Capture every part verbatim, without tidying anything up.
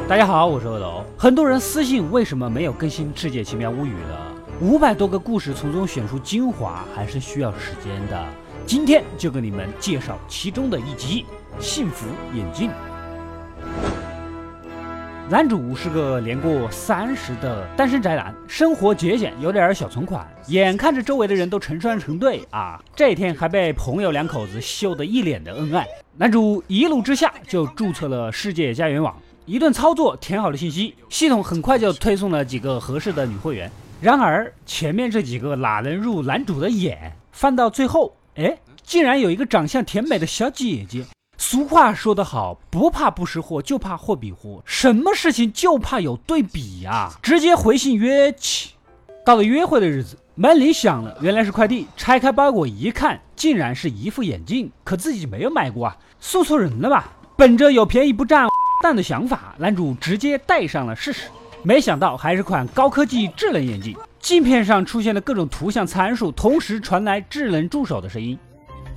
大家好，我是阿斗。很多人私信为什么没有更新《世界奇妙物语》了？五百多个故事，从中选出精华还是需要时间的。今天就跟你们介绍其中的一集《幸福眼镜》。男主是个年过三十的单身宅男，生活节俭，有点小存款。眼看着周围的人都成双成对啊，这一天还被朋友两口子秀得一脸的恩爱。男主一怒之下就注册了世界家园网，一顿操作填好了信息，系统很快就推送了几个合适的女会员。然而前面这几个哪能入男主的眼？翻到最后，哎，竟然有一个长相甜美的小姐姐。俗话说得好，不怕不识货，就怕货比货。什么事情就怕有对比呀！直接回信约起。到了约会的日子，门铃响了，原来是快递。拆开包裹一看，竟然是一副眼镜，可自己没有买过啊，送错人了吧？本着有便宜不占蛋的想法，男主直接戴上了试试。没想到还是款高科技智能眼镜，镜片上出现了各种图像参数，同时传来智能助手的声音。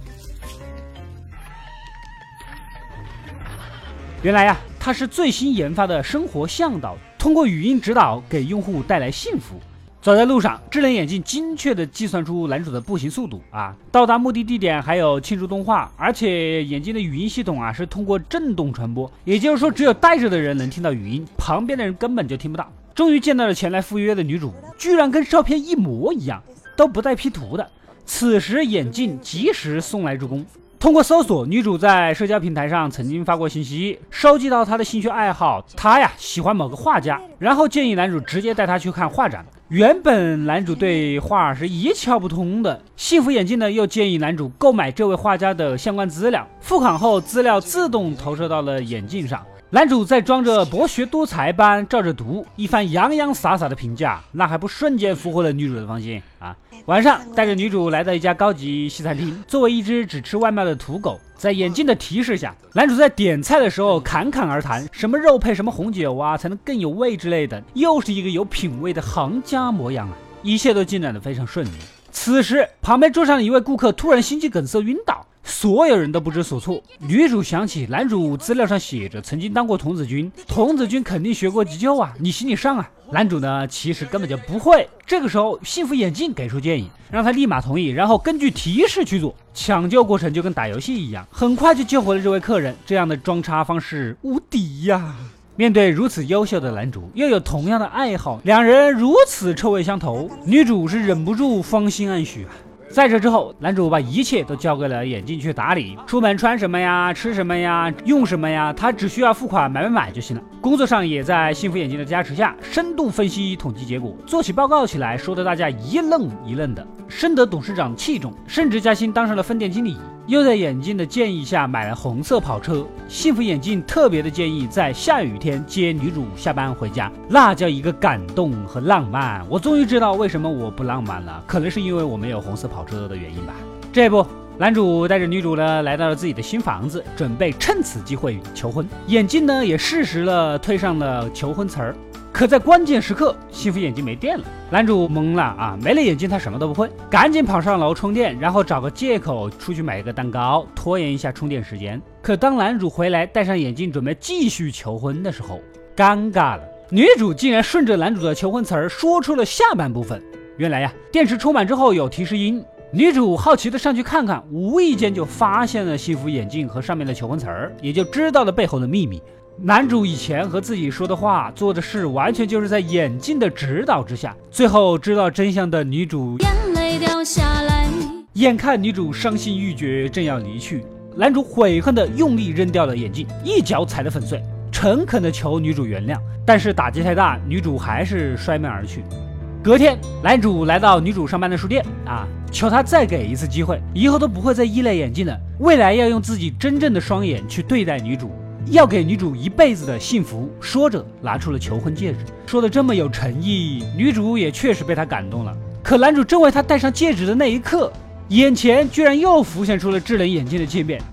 原来呀、啊，它是最新研发的生活向导，通过语音指导给用户带来幸福。走在路上，智能眼镜精确地计算出男主的步行速度啊，到达目的地点还有庆祝动画，而且眼镜的语音系统啊是通过震动传播，也就是说只有戴着的人能听到语音，旁边的人根本就听不到。终于见到了前来赴约的女主，居然跟照片一模一样，都不带 P 图的。此时眼镜及时送来助攻。通过搜索，女主在社交平台上曾经发过信息，收集到她的兴趣爱好，她呀喜欢某个画家，然后建议男主直接带她去看画展。原本男主对画是一窍不通的，幸福眼镜呢又建议男主购买这位画家的相关资料，付款后资料自动投射到了眼镜上。男主在装着博学多才般照着读，一番洋洋洒洒的评价，那还不瞬间俘获了女主的芳心啊！晚上带着女主来到一家高级西餐厅，作为一只只吃外卖的土狗，在眼镜的提示下，男主在点菜的时候侃侃而谈，什么肉配什么红酒啊才能更有味之类的，又是一个有品味的行家模样啊！一切都进展得非常顺利。此时旁边桌上的一位顾客突然心肌梗塞晕倒，所有人都不知所措。女主想起男主资料上写着曾经当过童子军，童子军肯定学过急救啊，你行你上啊。男主呢其实根本就不会。这个时候幸福眼镜给出建议，让他立马同意，然后根据提示去做。抢救过程就跟打游戏一样，很快就救回了这位客人。这样的装叉方式无敌呀！面对如此优秀的男主，又有同样的爱好，两人如此臭味相投，女主是忍不住芳心暗许啊。在这之后，男主把一切都交给了眼镜去打理，出门穿什么呀，吃什么呀，用什么呀，他只需要付款买买买就行了。工作上也在幸福眼镜的加持下，深度分析统计结果，做起报告起来说的大家一愣一愣的，深得董事长器重，升职加薪当上了分店经理。又在眼镜的建议下买了红色跑车。幸福眼镜特别的建议在下雨天接女主下班回家，那叫一个感动和浪漫。我终于知道为什么我不浪漫了，可能是因为我没有红色跑车的原因吧。这不，男主带着女主呢来到了自己的新房子，准备趁此机会求婚。眼镜呢也适时了推上了求婚词儿。可在关键时刻，幸福眼镜没电了，男主懵了啊，没了眼镜他什么都不会，赶紧跑上楼充电，然后找个借口出去买一个蛋糕，拖延一下充电时间。可当男主回来戴上眼镜准备继续求婚的时候，尴尬了，女主竟然顺着男主的求婚词儿说出了下半部分。原来呀，电池充满之后有提示音，女主好奇的上去看看，无意间就发现了幸福眼镜和上面的求婚词儿，也就知道了背后的秘密。男主以前和自己说的话做的事完全就是在眼镜的指导之下，最后知道真相的女主眼泪掉下来。 眼看女主伤心欲绝正要离去，男主悔恨的用力扔掉了眼镜，一脚踩得粉碎，诚恳的求女主原谅，但是打击太大，女主还是摔门而去。隔天男主来到女主上班的书店啊，求她再给一次机会，以后都不会再依赖眼镜了，未来要用自己真正的双眼去对待女主，要给女主一辈子的幸福。说着拿出了求婚戒指，说的这么有诚意，女主也确实被他感动了。可男主正为她戴上戒指的那一刻，眼前居然又浮现出了智能眼镜的界面，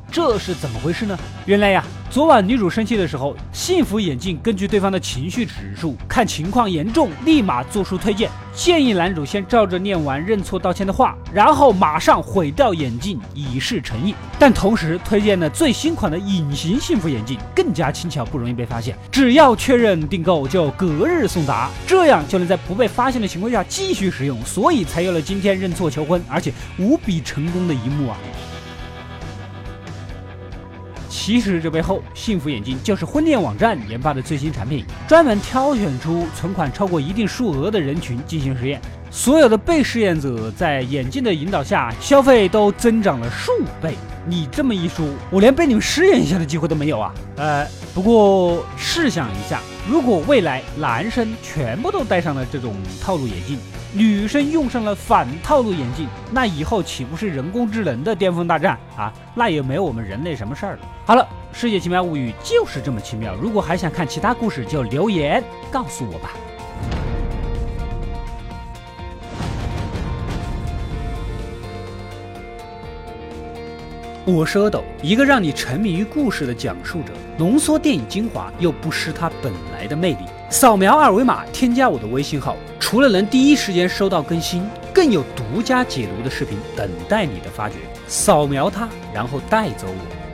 这是怎么回事呢？原来呀，昨晚女主生气的时候，幸福眼镜根据对方的情绪指数，看情况严重，立马做出推荐，建议男主先照着念完认错道歉的话，然后马上毁掉眼镜以示诚意。但同时推荐了最新款的隐形幸福眼镜，更加轻巧，不容易被发现，只要确认订购就隔日送达，这样就能在不被发现的情况下继续使用，所以才有了今天认错求婚，而且无比成功的一幕啊！其实这背后，幸福眼镜就是婚恋网站研发的最新产品，专门挑选出存款超过一定数额的人群进行实验。所有的被试验者在眼镜的引导下，消费都增长了数倍。你这么一说，我连被你们试验一下的机会都没有啊！呃，不过试想一下，如果未来男生全部都戴上了这种套路眼镜，女生用上了反套路眼镜，那以后岂不是人工智能的巅峰大战啊？那也没有我们人类什么事儿了。好了，世界奇妙物语就是这么奇妙。如果还想看其他故事，就留言告诉我吧。我是阿斗，一个让你沉迷于故事的讲述者，浓缩电影精华又不失它本来的魅力。扫描二维码添加我的微信号，除了能第一时间收到更新，更有独家解读的视频等待你的发掘。扫描它，然后带走我。